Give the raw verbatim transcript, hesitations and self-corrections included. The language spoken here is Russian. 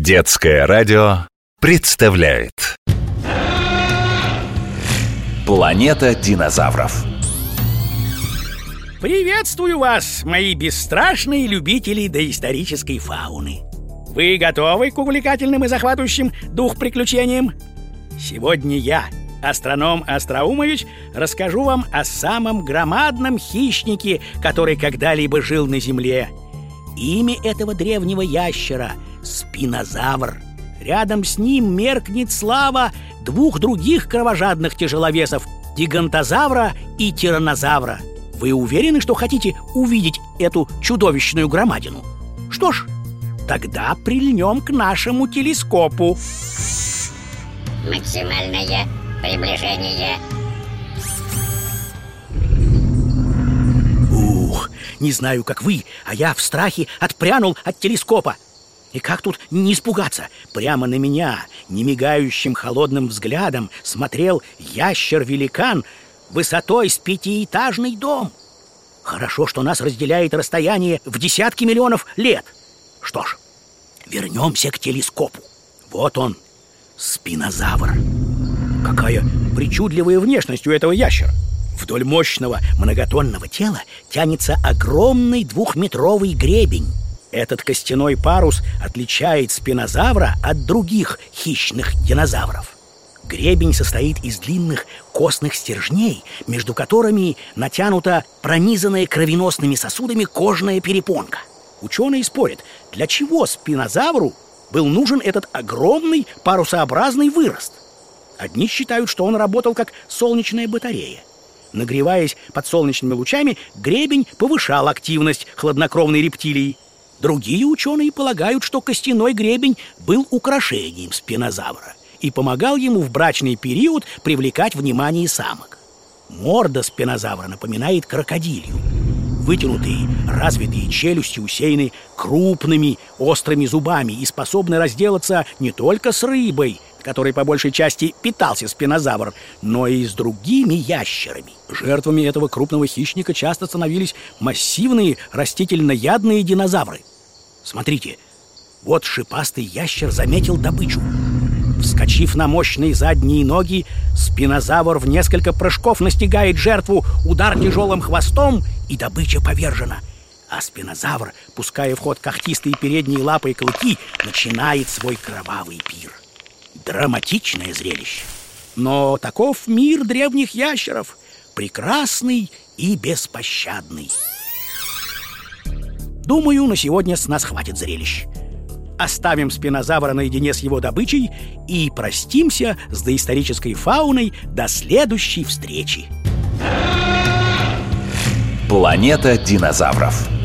Детское радио представляет Планета динозавров. Приветствую вас, мои бесстрашные любители доисторической фауны. Вы готовы к увлекательным и захватывающим дух приключениям? Сегодня я, астроном Остроумович, расскажу вам о самом громадном хищнике, который когда-либо жил на Земле. Имя этого древнего ящера — спинозавр. Рядом с ним меркнет слава двух других кровожадных тяжеловесов — гигантозавра и тираннозавра. Вы уверены, что хотите увидеть эту чудовищную громадину? Что ж, тогда прильнем к нашему телескопу. Максимальное приближение. Ух, не знаю, как вы, а я в страхе отпрянул от телескопа. И как тут не испугаться? Прямо на меня, немигающим холодным взглядом, смотрел ящер-великан высотой с пятиэтажный дом. Хорошо, что нас разделяет расстояние в десятки миллионов лет. Что ж, вернемся к телескопу. Вот он, спинозавр. Какая причудливая внешность у этого ящера. Вдоль мощного многотонного тела тянется огромный двухметровый гребень. Этот костяной парус отличает спинозавра от других хищных динозавров. Гребень состоит из длинных костных стержней, между которыми натянута пронизанная кровеносными сосудами кожная перепонка. Ученые спорят, для чего спинозавру был нужен этот огромный парусообразный вырост. Одни считают, что он работал как солнечная батарея. Нагреваясь под солнечными лучами, гребень повышал активность хладнокровной рептилии. Другие ученые полагают, что костяной гребень был украшением спинозавра и помогал ему в брачный период привлекать внимание самок. Морда спинозавра напоминает крокодилью. Вытянутые, развитые челюсти усеяны крупными, острыми зубами и способны разделаться не только с рыбой, которой по большей части питался спинозавр, но и с другими ящерами. Жертвами этого крупного хищника часто становились массивные растительноядные динозавры. Смотрите, вот шипастый ящер заметил добычу. Вскочив на мощные задние ноги, спинозавр в несколько прыжков настигает жертву, удар тяжелым хвостом, и добыча повержена. А спинозавр, пуская в ход когтистые передние лапы и клыки, начинает свой кровавый пир. Драматичное зрелище. Но таков мир древних ящеров, прекрасный и беспощадный. Думаю, на сегодня с нас хватит зрелищ. Оставим спинозавра наедине с его добычей и простимся с доисторической фауной до следующей встречи. Планета динозавров.